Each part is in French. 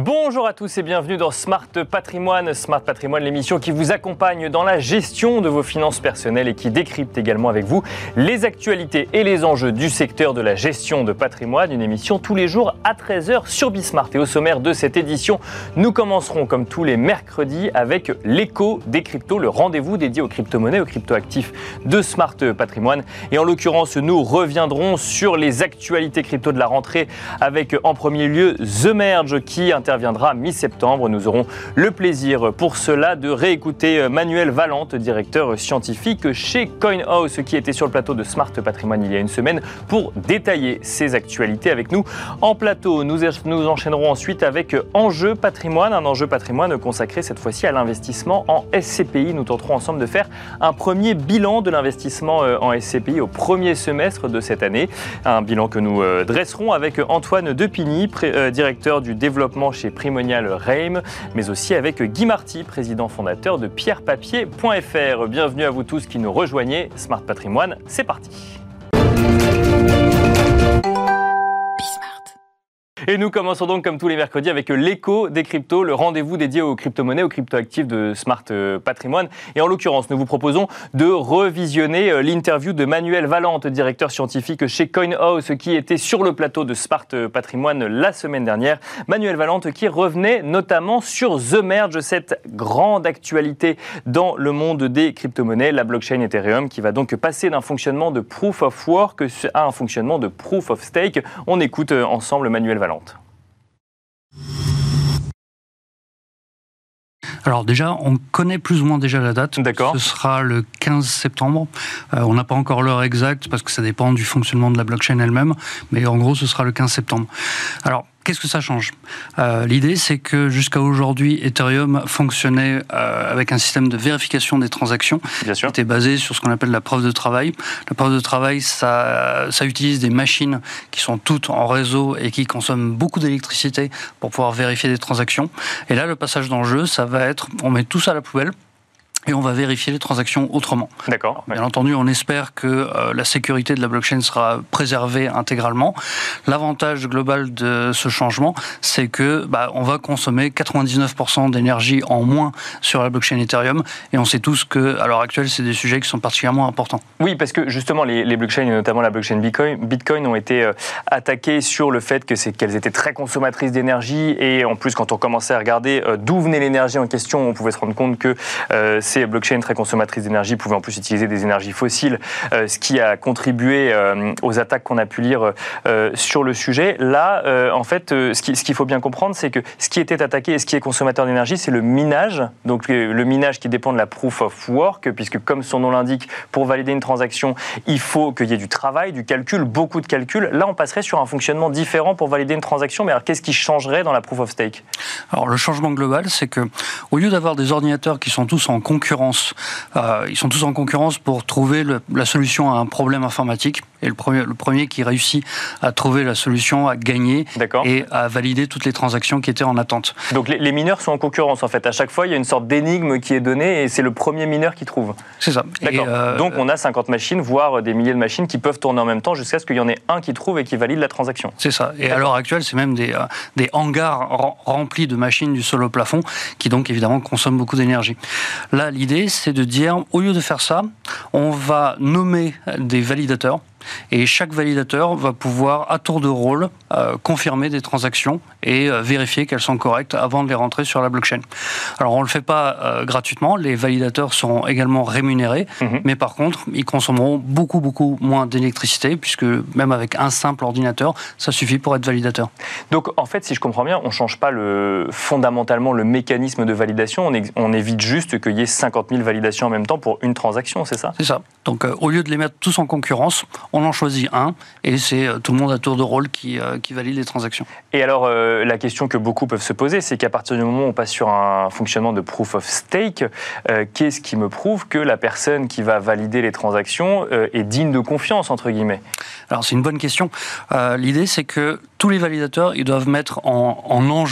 Bonjour à tous et bienvenue dans Smart Patrimoine. Smart Patrimoine, l'émission qui vous accompagne dans la gestion de vos finances personnelles et qui décrypte également avec vous les actualités et les enjeux du secteur de la gestion de patrimoine. Une émission tous les jours à 13h sur Bismart. Et au sommaire de cette édition, nous commencerons comme tous les mercredis avec l'écho des cryptos, le rendez-vous dédié aux crypto-monnaies, aux crypto-actifs de Smart Patrimoine. Et en l'occurrence, nous reviendrons sur les actualités crypto de la rentrée avec en premier lieu The Merge qui interviendra mi-septembre. Nous aurons le plaisir pour cela de réécouter Manuel Valente, directeur scientifique chez CoinHouse, qui était sur le plateau de Smart Patrimoine il y a une semaine pour détailler ses actualités avec nous en plateau. Nous enchaînerons ensuite avec Enjeu Patrimoine, un enjeu patrimoine consacré cette fois-ci à l'investissement en SCPI. Nous tenterons ensemble de faire un premier bilan de l'investissement en SCPI au premier semestre de cette année. Un bilan que nous dresserons avec Antoine Depigny, directeur du développement chez Primonial Reim, mais aussi avec Guy Marty, président fondateur de pierrepapier.fr. Bienvenue à vous tous qui nous rejoignez. Smart Patrimoine, c'est parti. Et nous commençons donc comme tous les mercredis avec l'écho des cryptos, le rendez-vous dédié aux crypto-monnaies, aux crypto-actifs de Smart Patrimoine. Et en l'occurrence, nous vous proposons de revisionner l'interview de Manuel Valente, directeur scientifique chez CoinHouse, qui était sur le plateau de Smart Patrimoine la semaine dernière. Manuel Valente qui revenait notamment sur The Merge, cette grande actualité dans le monde des crypto-monnaies, la blockchain Ethereum, qui va donc passer d'un fonctionnement de Proof of Work à un fonctionnement de Proof of Stake. On écoute ensemble Manuel Valente. Alors déjà, on connaît plus ou moins déjà la date. D'accord. Ce sera le 15 septembre. On n'a pas encore l'heure exacte parce que ça dépend du fonctionnement de la blockchain elle-même. Mais en gros, ce sera le 15 septembre. Alors, qu'est-ce que ça change ? L'idée, c'est que jusqu'à aujourd'hui, Ethereum fonctionnait avec un système de vérification des transactions. Bien sûr. Qui était basé sur ce qu'on appelle la preuve de travail. La preuve de travail, ça utilise des machines qui sont toutes en réseau et qui consomment beaucoup d'électricité pour pouvoir vérifier des transactions. Et là, le passage d'enjeu, ça va être, on met tout ça à la poubelle. Et on va vérifier les transactions autrement. D'accord. Bien entendu, on espère que la sécurité de la blockchain sera préservée intégralement. L'avantage global de ce changement, c'est que on va consommer 99% d'énergie en moins sur la blockchain Ethereum. Et on sait tous que, à l'heure actuelle, c'est des sujets qui sont particulièrement importants. Oui, parce que justement, les blockchains, et notamment la blockchain Bitcoin, ont été attaquées sur le fait qu'elles étaient très consommatrices d'énergie. Et en plus, quand on commençait à regarder d'où venait l'énergie en question, on pouvait se rendre compte que ces blockchains très consommatrices d'énergie pouvaient en plus utiliser des énergies fossiles, ce qui a contribué aux attaques qu'on a pu lire sur le sujet. Là, en fait, ce qu'il faut bien comprendre, c'est que ce qui était attaqué et ce qui est consommateur d'énergie, c'est le minage. Donc le minage qui dépend de la proof of work, puisque comme son nom l'indique, pour valider une transaction, il faut qu'il y ait du travail, du calcul, beaucoup de calcul. Là, on passerait sur un fonctionnement différent pour valider une transaction. Mais alors, qu'est-ce qui changerait dans la proof of stake ? Alors, le changement global, c'est que au lieu d'avoir des ordinateurs qui sont tous en concurrence, ils sont tous en concurrence pour trouver la solution à un problème informatique. Et le premier qui réussit à trouver la solution, à gagner et à valider toutes les transactions qui étaient en attente. Donc les mineurs sont en concurrence en fait. À chaque fois, il y a une sorte d'énigme qui est donnée et c'est le premier mineur qui trouve. C'est ça. D'accord. Donc on a 50 machines, voire des milliers de machines qui peuvent tourner en même temps jusqu'à ce qu'il y en ait un qui trouve et qui valide la transaction. C'est ça. Et à l'heure actuelle, c'est même des hangars remplis de machines du sol au plafond qui donc évidemment consomment beaucoup d'énergie. Là, l'idée, c'est de dire, au lieu de faire ça, on va nommer des validateurs. Et chaque validateur va pouvoir, à tour de rôle, confirmer des transactions et vérifier qu'elles sont correctes avant de les rentrer sur la blockchain. Alors, on ne le fait pas gratuitement. Les validateurs seront également rémunérés. Mais par contre, ils consommeront beaucoup, beaucoup moins d'électricité puisque même avec un simple ordinateur, ça suffit pour être validateur. Donc, en fait, si je comprends bien, on ne change pas fondamentalement le mécanisme de validation. On évite juste qu'il y ait 50 000 validations en même temps pour une transaction, c'est ça ? C'est ça. Donc, au lieu de les mettre tous en concurrence, on en choisit un et c'est tout le monde à tour de rôle qui valide les transactions. Et alors, la question que beaucoup peuvent se poser, c'est qu'à partir du moment où on passe sur un fonctionnement de proof of stake, qu'est-ce qui me prouve que la personne qui va valider les transactions est digne de confiance, entre guillemets ? Alors, c'est une bonne question. L'idée, c'est que tous les validateurs, ils doivent mettre en enjeu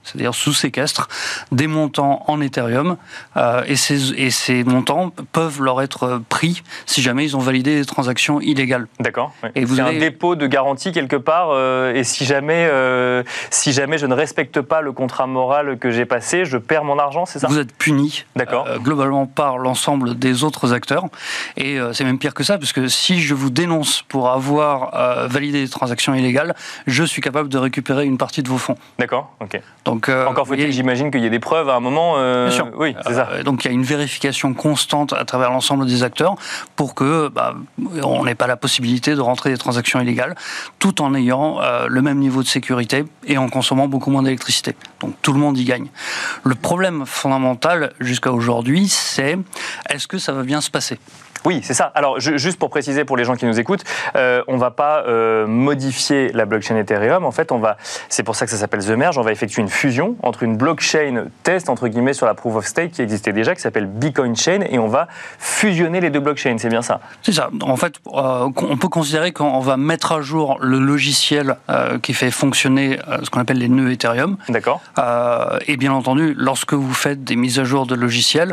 c'est-à-dire sous séquestre, des montants en Ethereum, et ces montants peuvent leur être pris si jamais ils ont validé des transactions illégales. D'accord. Oui. Et vous avez un dépôt de garantie quelque part, et si jamais je ne respecte pas le contrat moral que j'ai passé, je perds mon argent, c'est ça? Vous êtes puni globalement par l'ensemble des autres acteurs, et c'est même pire que ça, parce que si je vous dénonce pour avoir validé des transactions illégales, je suis capable de récupérer une partie de vos fonds. D'accord, ok. Donc, encore faut-il, j'imagine qu'il y ait des preuves à un moment. Bien sûr. Oui, c'est ça. Donc il y a une vérification constante à travers l'ensemble des acteurs pour que on n'ait pas la possibilité de rentrer des transactions illégales, tout en ayant le même niveau de sécurité et en consommant beaucoup moins d'électricité. Donc tout le monde y gagne. Le problème fondamental jusqu'à aujourd'hui, c'est est-ce que ça va bien se passer ? Oui, c'est ça. Alors, juste pour préciser pour les gens qui nous écoutent, on ne va pas modifier la blockchain Ethereum. En fait, c'est pour ça que ça s'appelle The Merge. On va effectuer une fusion entre une blockchain test, entre guillemets, sur la Proof of Stake qui existait déjà, qui s'appelle Bitcoin Chain, et on va fusionner les deux blockchains. C'est bien ça? C'est ça. En fait, on peut considérer qu'on va mettre à jour le logiciel qui fait fonctionner ce qu'on appelle les nœuds Ethereum. D'accord. Et bien entendu, lorsque vous faites des mises à jour de logiciels,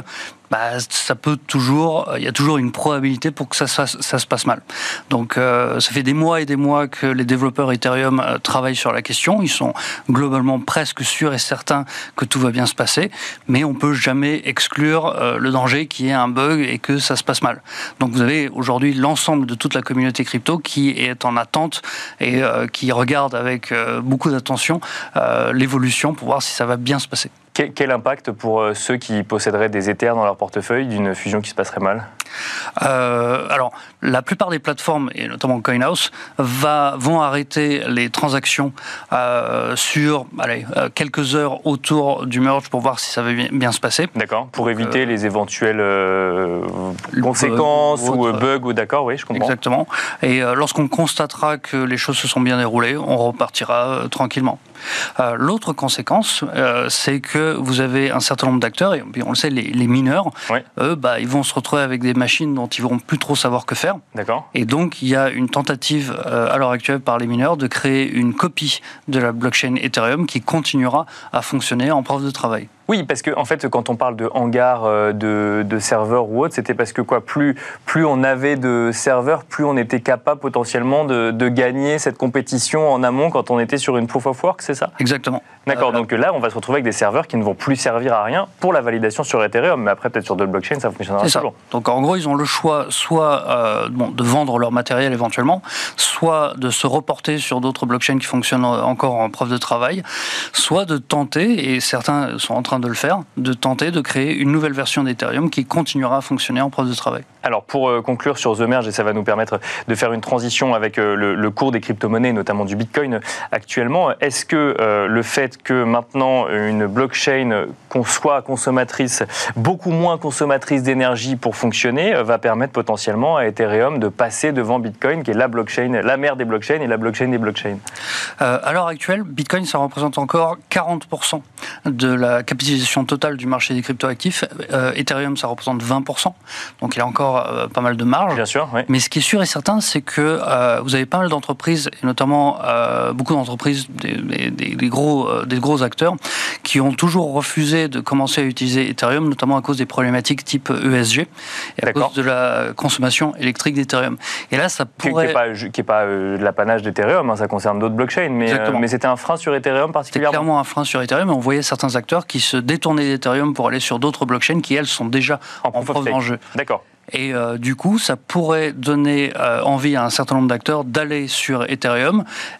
il y a toujours une probabilité pour que ça se passe mal. Donc ça fait des mois et des mois que les développeurs Ethereum travaillent sur la question. Ils sont globalement presque sûrs et certains que tout va bien se passer, mais on peut jamais exclure le danger qu'il y ait un bug et que ça se passe mal. Donc vous avez aujourd'hui l'ensemble de toute la communauté crypto qui est en attente et qui regarde avec beaucoup d'attention l'évolution pour voir si ça va bien se passer. Quel impact pour ceux qui posséderaient des Ethers dans leur portefeuille d'une fusion qui se passerait mal? Alors, la plupart des plateformes, et notamment CoinHouse, vont arrêter les transactions sur quelques heures autour du merge pour voir si ça va bien se passer. D'accord, pour éviter les éventuelles conséquences ou bugs, d'accord, oui, je comprends. Exactement. Et lorsqu'on constatera que les choses se sont bien déroulées, on repartira tranquillement. L'autre conséquence, c'est que vous avez un certain nombre d'acteurs, et on le sait, les mineurs, eux, ils vont se retrouver avec des machines dont ils ne vont plus trop savoir que faire. D'accord. Et donc, il y a une tentative à l'heure actuelle par les mineurs de créer une copie de la blockchain Ethereum qui continuera à fonctionner en preuve de travail. Oui, parce que en fait, quand on parle de hangar, de serveurs ou autre, c'était parce que plus on avait de serveurs, plus on était capable potentiellement de gagner cette compétition en amont quand on était sur une proof of work, c'est ça? Exactement. D'accord, donc là, on va se retrouver avec des serveurs qui ne vont plus servir à rien pour la validation sur Ethereum, mais après, peut-être sur d'autres blockchains, ça fonctionnera toujours. Donc en gros, ils ont le choix soit de vendre leur matériel éventuellement, soit de se reporter sur d'autres blockchains qui fonctionnent encore en preuve de travail, soit de tenter, et certains sont en train de le faire, de tenter de créer une nouvelle version d'Ethereum qui continuera à fonctionner en preuve de travail. Alors pour conclure sur The Merge, et ça va nous permettre de faire une transition avec le cours des crypto-monnaies, notamment du Bitcoin actuellement, est-ce que le fait que maintenant une blockchain soit consommatrice, beaucoup moins consommatrice d'énergie pour fonctionner, va permettre potentiellement à Ethereum de passer devant Bitcoin, qui est la blockchain, la mère des blockchains et la blockchain des blockchains? À l'heure actuelle, Bitcoin, ça représente encore 40% de la capitalisation totale du marché des cryptoactifs. Ethereum, ça représente 20%. Donc il y a encore pas mal de marge. Bien sûr, oui. Mais ce qui est sûr et certain, c'est que vous avez pas mal d'entreprises, et notamment beaucoup d'entreprises, des gros acteurs, qui ont toujours refusé de commencer à utiliser Ethereum, notamment à cause des problématiques type ESG, et à cause de la consommation électrique d'Ethereum. Et là, ça pourrait... Qui n'est pas l'apanage d'Ethereum, hein, ça concerne d'autres blockchains, mais c'était un frein sur Ethereum particulièrement. C'était clairement un frein sur Ethereum, et on voyait certains acteurs qui se détournaient d'Ethereum pour aller sur d'autres blockchains qui, elles, sont déjà en preuve d'enjeu. D'accord. Et du coup, ça pourrait donner envie à un certain nombre d'acteurs d'aller sur Ethereum,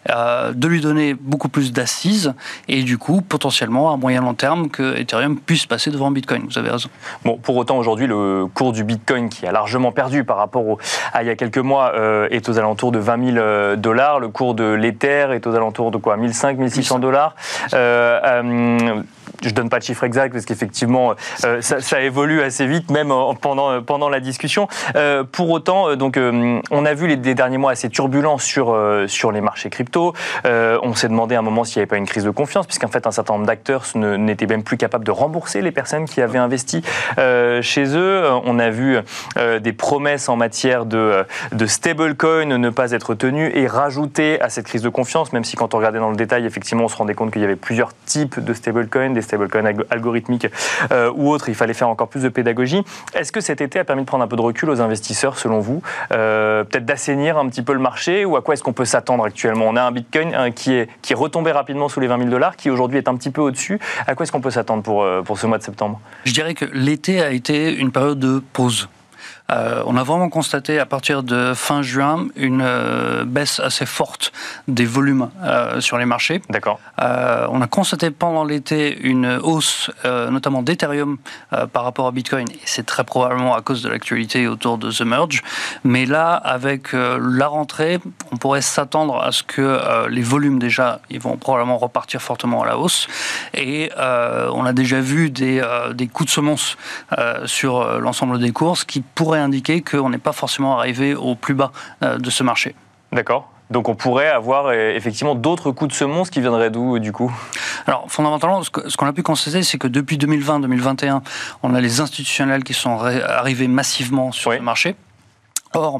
de lui donner beaucoup plus d'assises, et du coup, potentiellement, à moyen long terme, que Ethereum puisse passer devant Bitcoin. Vous avez raison. Bon, pour autant, aujourd'hui, le cours du Bitcoin, qui a largement perdu par rapport à il y a quelques mois, est aux alentours de $20 000. Le cours de l'Ether est aux alentours de quoi, 1 500, 1 600 $. je donne pas de chiffre exact parce qu'effectivement, ça évolue assez vite, même pendant la discussion. Pour autant, on a vu les derniers mois assez turbulents sur les marchés crypto. On s'est demandé à un moment s'il n'y avait pas une crise de confiance, puisqu'en fait, un certain nombre d'acteurs n'étaient même plus capables de rembourser les personnes qui avaient investi chez eux. On a vu des promesses en matière de stablecoin ne pas être tenues et rajouter à cette crise de confiance, même si quand on regardait dans le détail, effectivement, on se rendait compte qu'il y avait plusieurs types de stablecoins, des stablecoins algorithmiques ou autres. Il fallait faire encore plus de pédagogie. Est-ce que cet été a permis de prendre un peu de recul aux investisseurs, selon vous, peut-être d'assainir un petit peu le marché, ou à quoi est-ce qu'on peut s'attendre actuellement? On a un Bitcoin qui est retombé rapidement sous les 20 000 $, qui aujourd'hui est un petit peu au-dessus. À quoi est-ce qu'on peut s'attendre pour ce mois de septembre? Je dirais que l'été a été une période de pause. On a vraiment constaté à partir de fin juin une baisse assez forte des volumes sur les marchés. D'accord. On a constaté pendant l'été une hausse, notamment d'Ethereum par rapport à Bitcoin. Et c'est très probablement à cause de l'actualité autour de The Merge. Mais là, avec la rentrée, on pourrait s'attendre à ce que les volumes déjà, ils vont probablement repartir fortement à la hausse. Et on a déjà vu des coups de semonce sur l'ensemble des courses qui pourraient indiquer qu'on n'est pas forcément arrivé au plus bas de ce marché. D'accord. Donc on pourrait avoir effectivement d'autres coups de semonce qui viendraient d'où, du coup? Alors fondamentalement, ce qu'on a pu constater, c'est que depuis 2020-2021, on a les institutionnels qui sont arrivés massivement sur le marché. Or,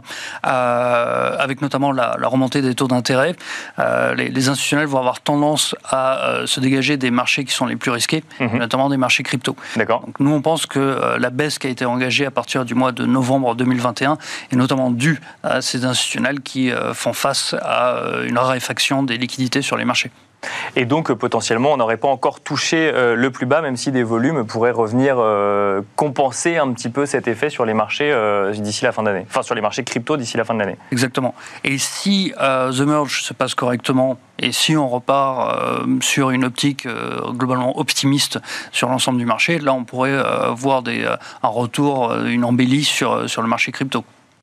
avec notamment la remontée des taux d'intérêt, les institutionnels vont avoir tendance à se dégager des marchés qui sont les plus risqués, notamment des marchés crypto. D'accord. Donc, nous, on pense que la baisse qui a été engagée à partir du mois de novembre 2021 est notamment due à ces institutionnels qui font face à une raréfaction des liquidités sur les marchés. Et donc, potentiellement, on n'aurait pas encore touché le plus bas, même si des volumes pourraient revenir compenser un petit peu cet effet sur les marchés d'ici la fin d'année. Enfin, sur les marchés crypto d'ici la fin de l'année. Exactement. Et si The Merge se passe correctement, et si on repart sur une optique globalement optimiste sur l'ensemble du marché, là, on pourrait voir un retour, une embellie sur le marché crypto.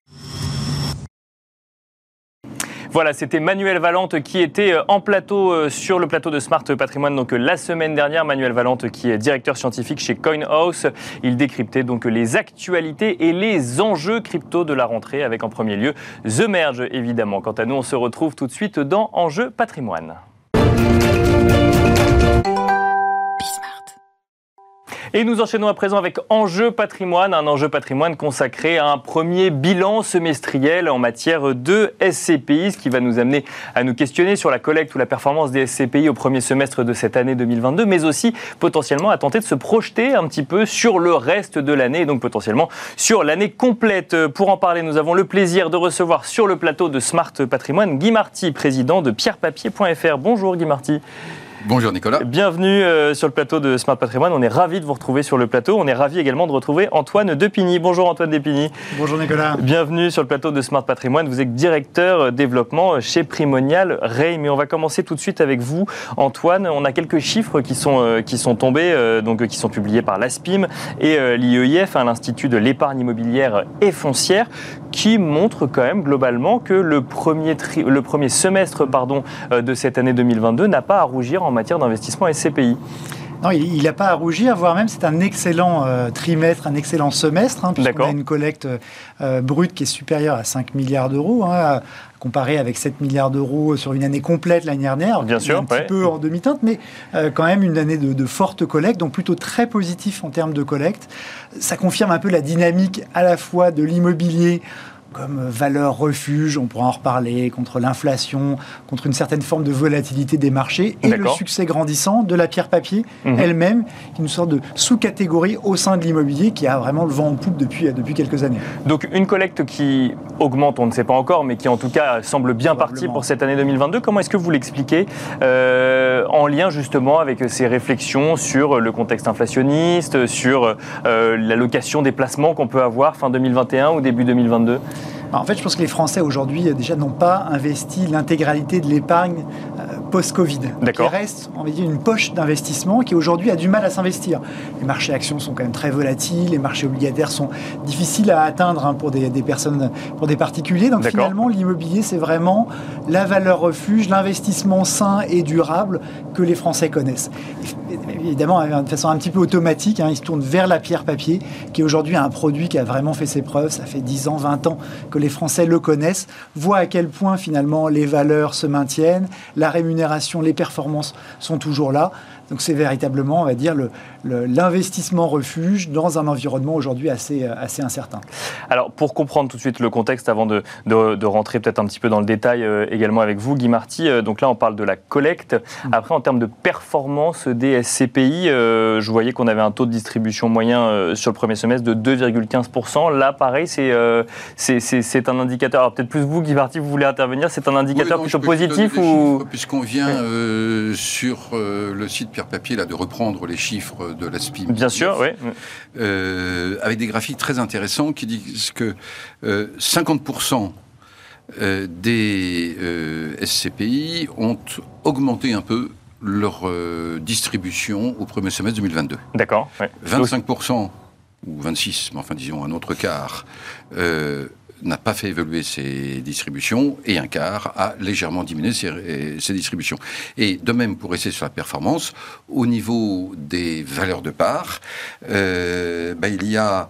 Voilà, c'était Manuel Valente qui était en plateau sur le plateau de Smart Patrimoine donc la semaine dernière. Manuel Valente qui est directeur scientifique chez CoinHouse. Il décryptait donc les actualités et les enjeux crypto de la rentrée avec en premier lieu The Merge évidemment. Quant à nous, on se retrouve tout de suite dans Enjeux Patrimoine. Et nous enchaînons à présent avec Enjeux Patrimoine, un enjeu patrimoine consacré à un premier bilan semestriel en matière de SCPI, ce qui va nous amener à nous questionner sur la collecte ou la performance des SCPI au premier semestre de cette année 2022, mais aussi potentiellement à tenter de se projeter un petit peu sur le reste de l'année et donc potentiellement sur l'année complète. Pour en parler, nous avons le plaisir de recevoir sur le plateau de Smart Patrimoine Guy Marty, président de pierrepapier.fr. Bonjour Guy Marty. Bonjour Nicolas. Bienvenue sur le plateau de Smart Patrimoine. On est ravis de vous retrouver sur le plateau. On est ravis également de retrouver Antoine Depigny. Bonjour Antoine Depigny. Bonjour Nicolas. Bienvenue sur le plateau de Smart Patrimoine. Vous êtes directeur développement chez Primonial Rey. Mais on va commencer tout de suite avec vous, Antoine. On a quelques chiffres qui sont tombés, qui sont publiés par l'ASPIM et l'IEIF, l'Institut de l'épargne immobilière et foncière, qui montrent quand même globalement que le premier semestre de cette année 2022 n'a pas à rougir en matière d'investissement SCPI. Non, il n'a pas à rougir, voire même c'est un excellent trimestre, un excellent semestre, puisqu'on a une collecte brute qui est supérieure à 5 milliards d'euros, comparé avec 7 milliards d'euros sur une année complète l'année dernière. Bien sûr, un petit peu en demi-teinte, mais quand même une année de forte collecte, donc plutôt très positif en termes de collecte. Ça confirme un peu la dynamique à la fois de l'immobilier comme valeur refuge, on pourra en reparler, contre l'inflation, contre une certaine forme de volatilité des marchés, et le succès grandissant de la pierre-papier elle-même, qui est une sorte de sous-catégorie au sein de l'immobilier qui a vraiment le vent en poupe depuis quelques années. Donc une collecte qui augmente, on ne sait pas encore, mais qui en tout cas semble bien partie pour cette année 2022. Comment est-ce que vous l'expliquez en lien justement avec ces réflexions sur le contexte inflationniste, sur l'allocation des placements qu'on peut avoir fin 2021 ou début 2022 ? En fait, je pense que les Français aujourd'hui déjà n'ont pas investi l'intégralité de l'épargne post-Covid. Il reste, on va dire, une poche d'investissement qui aujourd'hui a du mal à s'investir. Les marchés actions sont quand même très volatiles, les marchés obligataires sont difficiles à atteindre pour des personnes, pour des particuliers. Donc finalement, l'immobilier, c'est vraiment la valeur refuge, l'investissement sain et durable que les Français connaissent. évidemment de façon un petit peu automatique. Ils se tournent vers la pierre papier, qui est aujourd'hui un produit qui a vraiment fait ses preuves. Ça fait 10 ans, 20 ans que les Français le connaissent, voient à quel point finalement les valeurs se maintiennent, la rémunération, les performances sont toujours là. Donc c'est véritablement, on va dire, l'investissement refuge dans un environnement aujourd'hui assez incertain. Alors pour comprendre tout de suite le contexte, avant de rentrer peut-être un petit peu dans le détail également avec vous, Guy Marty, donc là on parle de la collecte. Après, en termes de performance des SCPI, je voyais qu'on avait un taux de distribution moyen sur le premier semestre de 2,15%. Là pareil, c'est un indicateur, alors peut-être plus vous Guy Marty, vous voulez intervenir, c'est un indicateur plutôt positif ou... Puisqu'on vient sur le site Pierre Papier là, de reprendre les chiffres de l'ASPI. Bien sûr, oui. Avec des graphiques très intéressants qui disent que 50% des SCPI ont augmenté un peu leur distribution au premier semestre 2022. D'accord. Ouais. 25% ou 26%, mais enfin disons un autre quart, n'a pas fait évoluer ses distributions et un quart a légèrement diminué ses distributions. Et de même, pour rester sur la performance, au niveau des valeurs de part, il y a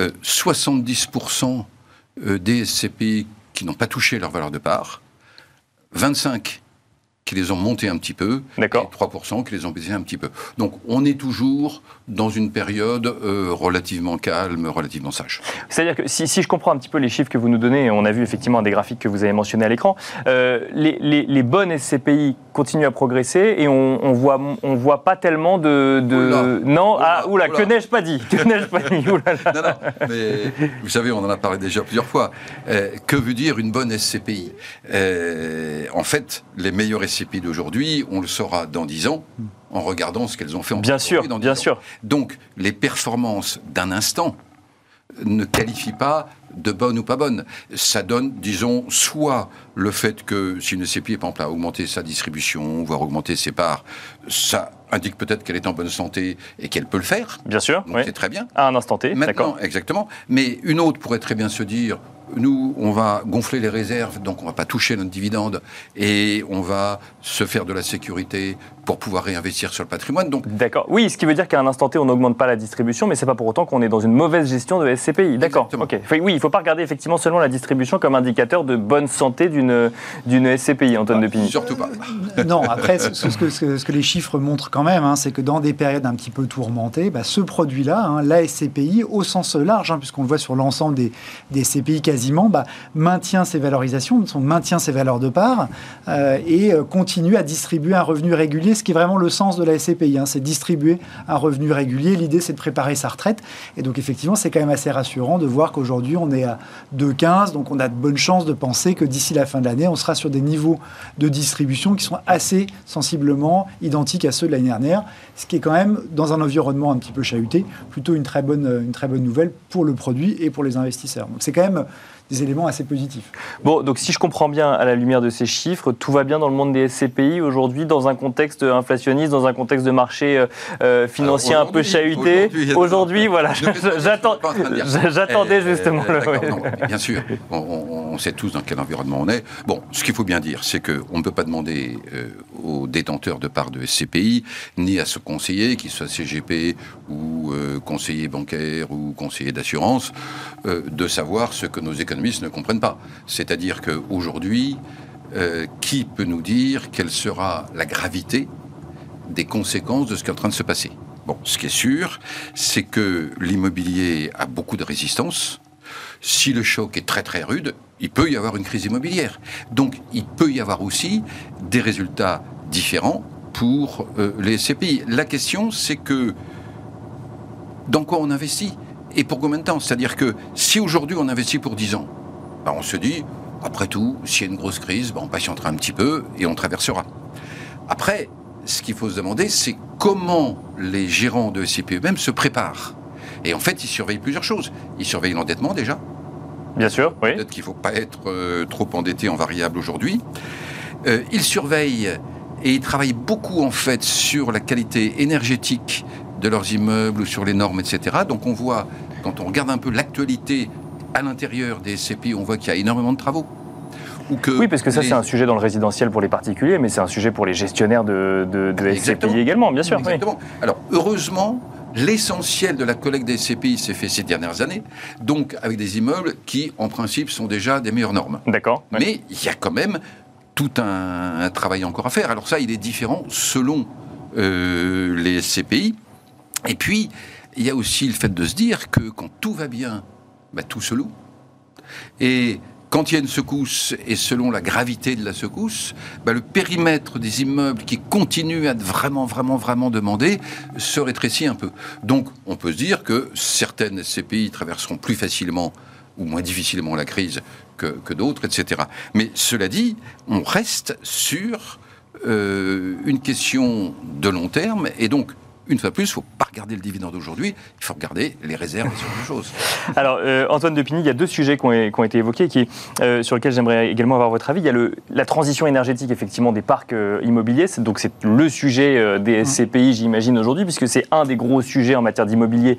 70% des SCPI qui n'ont pas touché leurs valeurs de part, 25% qui les ont montées un petit peu, d'accord, et 3% qui les ont baissées un petit peu. Donc on est toujours dans une période relativement calme, relativement sage. C'est-à-dire que si je comprends un petit peu les chiffres que vous nous donnez, on a vu effectivement des graphiques que vous avez mentionnés à l'écran, les bonnes SCPI continuent à progresser et on voit pas tellement de... que n'ai-je pas dit Non, mais vous savez, on en a parlé déjà plusieurs fois. Que veut dire une bonne SCPI ? En fait, les meilleures SCPI d'aujourd'hui, on le saura dans 10 ans, en regardant ce qu'elles ont fait en bien sûr. Donc, les performances d'un instant ne qualifient pas de bonnes ou pas bonnes. Ça donne, disons, soit le fait que si une SCPI, par exemple, a augmenté sa distribution, voire augmenté ses parts, ça indique peut-être qu'elle est en bonne santé et qu'elle peut le faire. Bien sûr, donc oui. C'est très bien. À un instant T, maintenant, d'accord. Exactement. Mais une autre pourrait très bien se dire... Nous, on va gonfler les réserves, donc on ne va pas toucher notre dividende et on va se faire de la sécurité pour pouvoir réinvestir sur le patrimoine. Donc... D'accord. Oui, ce qui veut dire qu'à un instant T, on n'augmente pas la distribution, mais ce n'est pas pour autant qu'on est dans une mauvaise gestion de SCPI. D'accord. Okay. Oui, il ne faut pas regarder effectivement seulement la distribution comme indicateur de bonne santé d'une SCPI, Antoine Depigny. Surtout pas. Non, après, ce que les chiffres montrent quand même, c'est que dans des périodes un petit peu tourmentées, ce produit-là, la SCPI, au sens large, puisqu'on le voit sur l'ensemble des SCPI quasiment, maintient ses valorisations, maintient ses valeurs de part et continue à distribuer un revenu régulier, ce qui est vraiment le sens de la SCPI, c'est distribuer un revenu régulier. L'idée, c'est de préparer sa retraite. Et donc, effectivement, c'est quand même assez rassurant de voir qu'aujourd'hui, on est à 2,15, donc on a de bonnes chances de penser que d'ici la fin de l'année, on sera sur des niveaux de distribution qui sont assez sensiblement identiques à ceux de l'année dernière, ce qui est quand même, dans un environnement un petit peu chahuté, plutôt une très bonne nouvelle pour le produit et pour les investisseurs. Donc, c'est quand même des éléments assez positifs. Bon, donc si je comprends bien, à la lumière de ces chiffres, tout va bien dans le monde des SCPI aujourd'hui, dans un contexte inflationniste, dans un contexte de marché financier un peu chahuté. Aujourd'hui, voilà, j'attendais justement non, bien sûr, on sait tous dans quel environnement on est. Bon, ce qu'il faut bien dire, c'est qu'on ne peut pas demander aux détenteurs de parts de SCPI, ni à ce conseiller, qu'il soit CGP ou conseiller bancaire ou conseiller d'assurance, de savoir ce que nos économistes ne comprennent pas. C'est-à-dire qu'aujourd'hui, qui peut nous dire quelle sera la gravité des conséquences de ce qui est en train de se passer ? Bon, ce qui est sûr, c'est que l'immobilier a beaucoup de résistance. Si le choc est très très rude, il peut y avoir une crise immobilière. Donc, il peut y avoir aussi des résultats différents pour les SCPI. La question, c'est que dans quoi on investit ? Et pour combien de temps ? C'est-à-dire que si aujourd'hui on investit pour 10 ans, on se dit, après tout, s'il y a une grosse crise, on patientera un petit peu et on traversera. Après, ce qu'il faut se demander, c'est comment les gérants de SCPI eux-mêmes se préparent. Et en fait, ils surveillent plusieurs choses. Ils surveillent l'endettement déjà. Bien sûr, oui. Peut-être qu'il ne faut pas être trop endetté en variable aujourd'hui. Ils surveillent et ils travaillent beaucoup en fait sur la qualité énergétique de leurs immeubles ou sur les normes, etc. Donc on voit, quand on regarde un peu l'actualité à l'intérieur des SCPI, on voit qu'il y a énormément de travaux. Oui, parce que ça, c'est un sujet dans le résidentiel pour les particuliers, mais c'est un sujet pour les gestionnaires de SCPI également, bien sûr. Exactement. Oui. Alors, heureusement, l'essentiel de la collecte des SCPI s'est fait ces dernières années, donc avec des immeubles qui, en principe, sont déjà des meilleures normes. D'accord. Ouais. Mais il y a quand même tout un travail encore à faire. Alors ça, il est différent selon les SCPI. Et puis, il y a aussi le fait de se dire que quand tout va bien, tout se loue. Et quand il y a une secousse, et selon la gravité de la secousse, le périmètre des immeubles qui continuent à être vraiment demandés se rétrécit un peu. Donc, on peut se dire que certaines SCPI traverseront plus facilement ou moins difficilement la crise que d'autres, etc. Mais cela dit, on reste sur une question de long terme, et donc, une fois de plus, il ne faut pas regarder le dividende d'aujourd'hui, il faut regarder les réserves et ce genre de choses. Alors, Antoine Depigny, il y a deux sujets qui ont été évoqués, sur lesquels j'aimerais également avoir votre avis. Il y a la transition énergétique, effectivement, des parcs immobiliers. Donc, c'est le sujet des SCPI, j'imagine, aujourd'hui, puisque c'est un des gros sujets en matière d'immobilier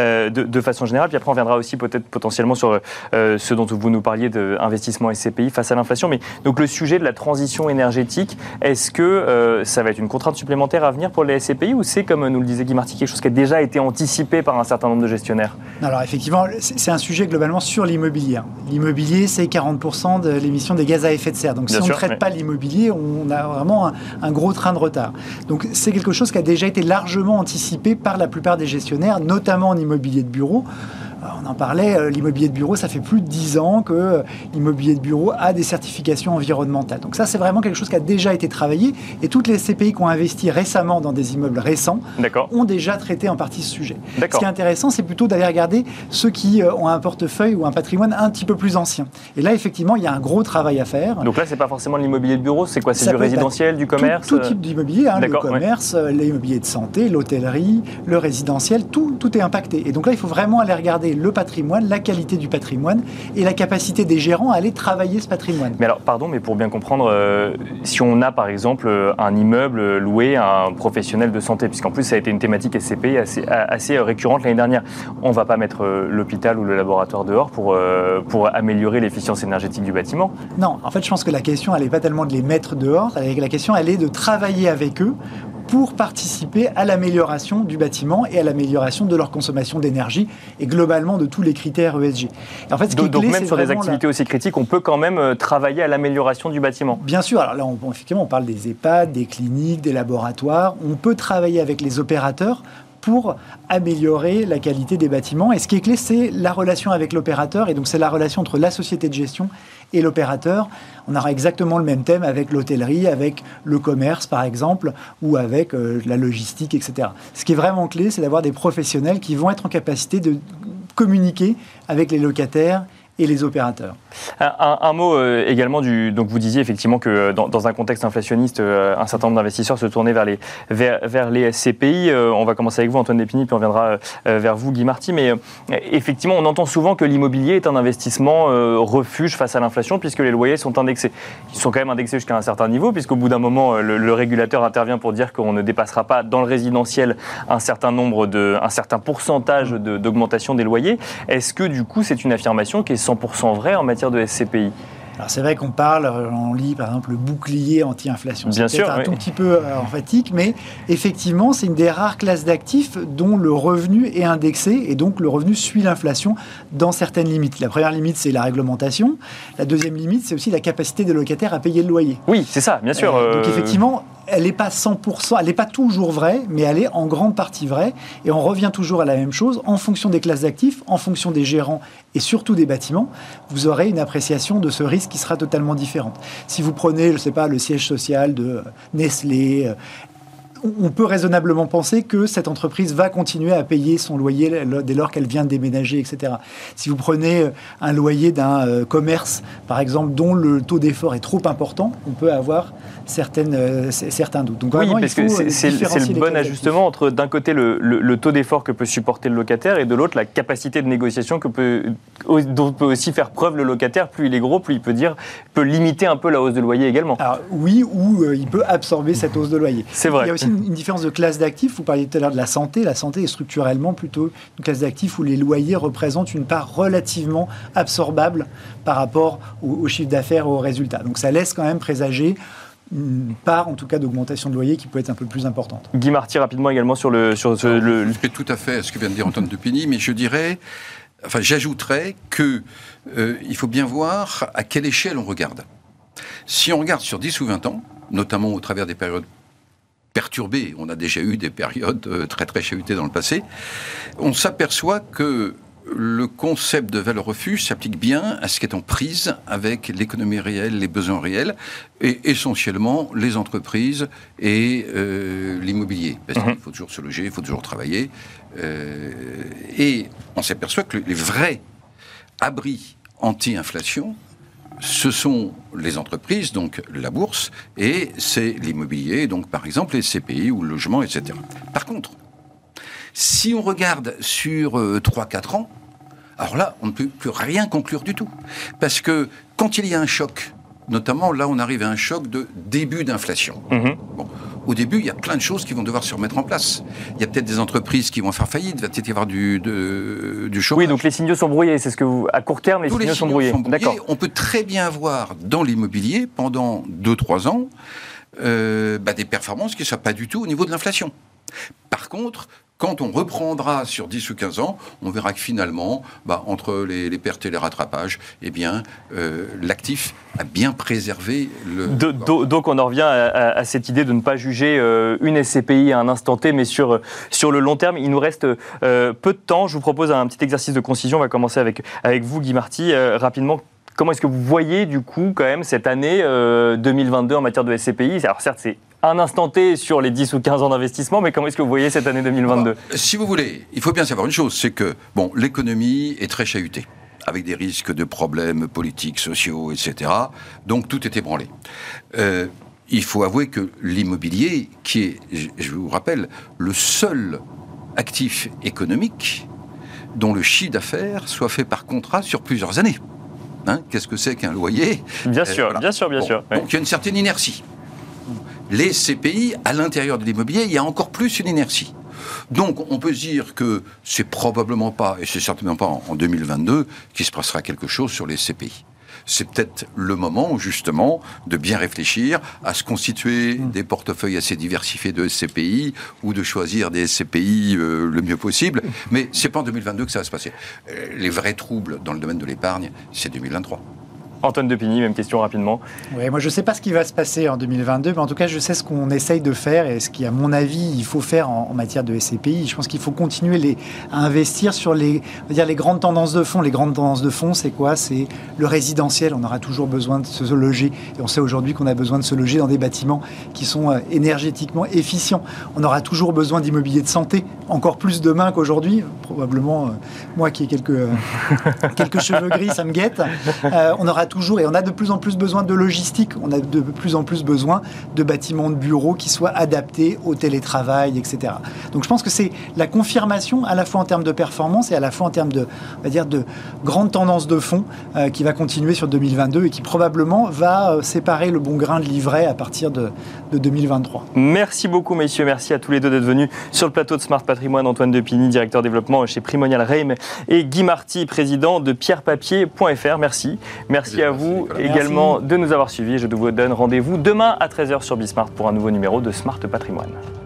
de façon générale. Puis après, on viendra aussi peut-être potentiellement sur ce dont vous nous parliez d'investissement SCPI face à l'inflation. Mais donc, le sujet de la transition énergétique, est-ce que ça va être une contrainte supplémentaire à venir pour les SCPI, ou c'est, comme nous le disait Guy Marty, quelque chose qui a déjà été anticipé par un certain nombre de gestionnaires? Alors effectivement, c'est un sujet globalement sur l'immobilier. L'immobilier, c'est 40% de l'émission des gaz à effet de serre. Donc si on ne traite pas l'immobilier, on a vraiment un gros train de retard. Donc c'est quelque chose qui a déjà été largement anticipé par la plupart des gestionnaires, notamment en immobilier de bureau. On en parlait, l'immobilier de bureau, ça fait plus de 10 ans que l'immobilier de bureau a des certifications environnementales. Donc ça, c'est vraiment quelque chose qui a déjà été travaillé. Et toutes les SCPI qui ont investi récemment dans des immeubles récents ont déjà traité en partie ce sujet. Ce qui est intéressant, c'est plutôt d'aller regarder ceux qui ont un portefeuille ou un patrimoine un petit peu plus ancien. Et là, effectivement, il y a un gros travail à faire. Donc là, c'est pas forcément l'immobilier de bureau, c'est quoi? C'est du résidentiel, du commerce? Tout type d'immobilier, le commerce, l'immobilier de santé, l'hôtellerie, le résidentiel, tout est impacté. Et donc là, il faut vraiment aller regarder le patrimoine, la qualité du patrimoine et la capacité des gérants à aller travailler ce patrimoine. Mais alors, pardon, mais pour bien comprendre, si on a par exemple un immeuble loué à un professionnel de santé, puisqu'en plus ça a été une thématique SCPI assez récurrente l'année dernière, on ne va pas mettre l'hôpital ou le laboratoire dehors pour améliorer l'efficience énergétique du bâtiment? Non, en fait je pense que la question, elle n'est pas tellement de les mettre dehors, la question, elle est de travailler avec eux pour participer à l'amélioration du bâtiment et à l'amélioration de leur consommation d'énergie et globalement de tous les critères ESG. Et en fait, donc même sur des activités aussi critiques, on peut quand même travailler à l'amélioration du bâtiment? Bien sûr. Alors là, effectivement, on parle des EHPAD, des cliniques, des laboratoires. On peut travailler avec les opérateurs pour améliorer la qualité des bâtiments. Et ce qui est clé, c'est la relation avec l'opérateur. Et donc, c'est la relation entre la société de gestion et l'opérateur. On aura exactement le même thème avec l'hôtellerie, avec le commerce, par exemple, ou avec la logistique, etc. Ce qui est vraiment clé, c'est d'avoir des professionnels qui vont être en capacité de communiquer avec les locataires et les opérateurs. Un mot également donc vous disiez effectivement que dans un contexte inflationniste, un certain nombre d'investisseurs se tournaient vers les SCPI. On va commencer avec vous, Antoine Depigny, puis on viendra vers vous, Guy Marty. Mais effectivement, on entend souvent que l'immobilier est un investissement refuge face à l'inflation, puisque les loyers sont indexés. Ils sont quand même indexés jusqu'à un certain niveau, puisqu'au bout d'un moment, le régulateur intervient pour dire qu'on ne dépassera pas dans le résidentiel un certain pourcentage d'augmentation des loyers. Est-ce que du coup, c'est une affirmation qui est 100% vrai en matière de SCPI? Alors c'est vrai qu'on on lit par exemple le bouclier anti-inflation. Bien sûr, un tout petit peu emphatique, mais effectivement c'est une des rares classes d'actifs dont le revenu est indexé et donc le revenu suit l'inflation dans certaines limites. La première limite c'est la réglementation. La deuxième limite c'est aussi la capacité des locataires à payer le loyer. Oui, c'est ça, bien sûr. Donc effectivement, elle n'est pas 100%, elle n'est pas toujours vraie, mais elle est en grande partie vraie. Et on revient toujours à la même chose. En fonction des classes d'actifs, en fonction des gérants et surtout des bâtiments, vous aurez une appréciation de ce risque qui sera totalement différente. Si vous prenez, je ne sais pas, le siège social de Nestlé, on peut raisonnablement penser que cette entreprise va continuer à payer son loyer dès lors qu'elle vient de déménager, etc. Si vous prenez un loyer d'un commerce, par exemple, dont le taux d'effort est trop important, on peut avoir certains doutes. Donc, vraiment, parce que c'est le bon ajustement entre, d'un côté, le taux d'effort que peut supporter le locataire et de l'autre, la capacité de négociation dont peut aussi faire preuve le locataire. Plus il est gros, plus il peut limiter un peu la hausse de loyer également. Alors, oui, ou il peut absorber cette hausse de loyer. C'est vrai. Il y a aussi une différence de classe d'actifs. Vous parliez tout à l'heure de la santé. La santé est structurellement plutôt une classe d'actifs où les loyers représentent une part relativement absorbable par rapport au chiffre d'affaires et aux résultats. Donc ça laisse quand même présager une part, en tout cas, d'augmentation de loyer qui peut être un peu plus importante. Guy Marty, rapidement également sur le... Je fais tout à fait ce que vient de dire Antoine Depigny, mais je dirais, j'ajouterais que il faut bien voir à quelle échelle on regarde. Si on regarde sur 10 ou 20 ans, notamment au travers des périodes perturbées, on a déjà eu des périodes très très chahutées dans le passé, on s'aperçoit que le concept de valeur refuge s'applique bien à ce qui est en prise avec l'économie réelle, les besoins réels, et essentiellement les entreprises et l'immobilier. Parce qu'il faut toujours se loger, il faut toujours travailler. Et on s'aperçoit que les vrais abris anti-inflation, ce sont les entreprises, donc la bourse, et c'est l'immobilier, donc par exemple les CPI ou le logement, etc. Par contre, si on regarde sur 3-4 ans, alors là, on ne peut plus rien conclure du tout. Parce que quand il y a un choc, notamment là, on arrive à un choc de début d'inflation. Bon, au début, il y a plein de choses qui vont devoir se remettre en place. Il y a peut-être des entreprises qui vont faire faillite, il va peut-être y avoir du chômage. Oui, donc les signaux sont brouillés. C'est ce que à court terme, les signaux sont brouillés. D'accord. On peut très bien avoir dans l'immobilier, pendant 2-3 ans, des performances qui ne soient pas du tout au niveau de l'inflation. Par contre, quand on reprendra sur 10 ou 15 ans, on verra que finalement, entre les pertes et les rattrapages, l'actif a bien préservé le... Donc on en revient à cette idée de ne pas juger une SCPI à un instant T, mais sur le long terme. Il nous reste peu de temps. Je vous propose un petit exercice de concision. On va commencer avec vous, Guy Marty. Rapidement, comment est-ce que vous voyez du coup quand même cette année 2022 en matière de SCPI ? Alors certes, c'est un instant T sur les 10 ou 15 ans d'investissement, mais comment est-ce que vous voyez cette année 2022 ? Si vous voulez, il faut bien savoir une chose, c'est que l'économie est très chahutée, avec des risques de problèmes politiques, sociaux, etc. Donc tout est ébranlé. Il faut avouer que l'immobilier, qui est, je vous rappelle, le seul actif économique dont le chiffre d'affaires soit fait par contrat sur plusieurs années. Qu'est-ce que c'est qu'un loyer ? Bien sûr, voilà. bien sûr. Donc il y a une certaine inertie. Les CPI, à l'intérieur de l'immobilier, il y a encore plus une inertie. Donc, on peut se dire que c'est probablement pas, et c'est certainement pas en 2022, qu'il se passera quelque chose sur les CPI. C'est peut-être le moment, justement, de bien réfléchir à se constituer des portefeuilles assez diversifiés de SCPI ou de choisir des SCPI le mieux possible. Mais c'est pas en 2022 que ça va se passer. Les vrais troubles dans le domaine de l'épargne, c'est 2023. Antoine Depigny, même question rapidement. Oui, moi je ne sais pas ce qui va se passer en 2022, mais en tout cas je sais ce qu'on essaye de faire et ce qu'à mon avis il faut faire en matière de SCPI. Je pense qu'il faut continuer à investir sur les grandes tendances de fond. Les grandes tendances de fond, c'est quoi ? C'est le résidentiel. On aura toujours besoin de se loger et on sait aujourd'hui qu'on a besoin de se loger dans des bâtiments qui sont énergétiquement efficients. On aura toujours besoin d'immobilier de santé, encore plus demain qu'aujourd'hui. Probablement, moi qui ai quelques cheveux gris, ça me guette. On aura toujours, et on a de plus en plus besoin de logistique, on a de plus en plus besoin de bâtiments de bureaux qui soient adaptés au télétravail, etc. Donc je pense que c'est la confirmation à la fois en termes de performance et à la fois en termes de grandes tendances de fond qui va continuer sur 2022 et qui probablement va séparer le bon grain de l'ivraie à partir de 2023. Merci beaucoup messieurs, merci à tous les deux d'être venus sur le plateau de Smart Patrimoine. Antoine Depigny, directeur développement chez Primonial Reim, et Guy Marty, président de pierrepapier.fr. Merci à vous également de nous avoir suivis. Je vous donne rendez-vous demain à 13h sur Bismart pour un nouveau numéro de Smart Patrimoine.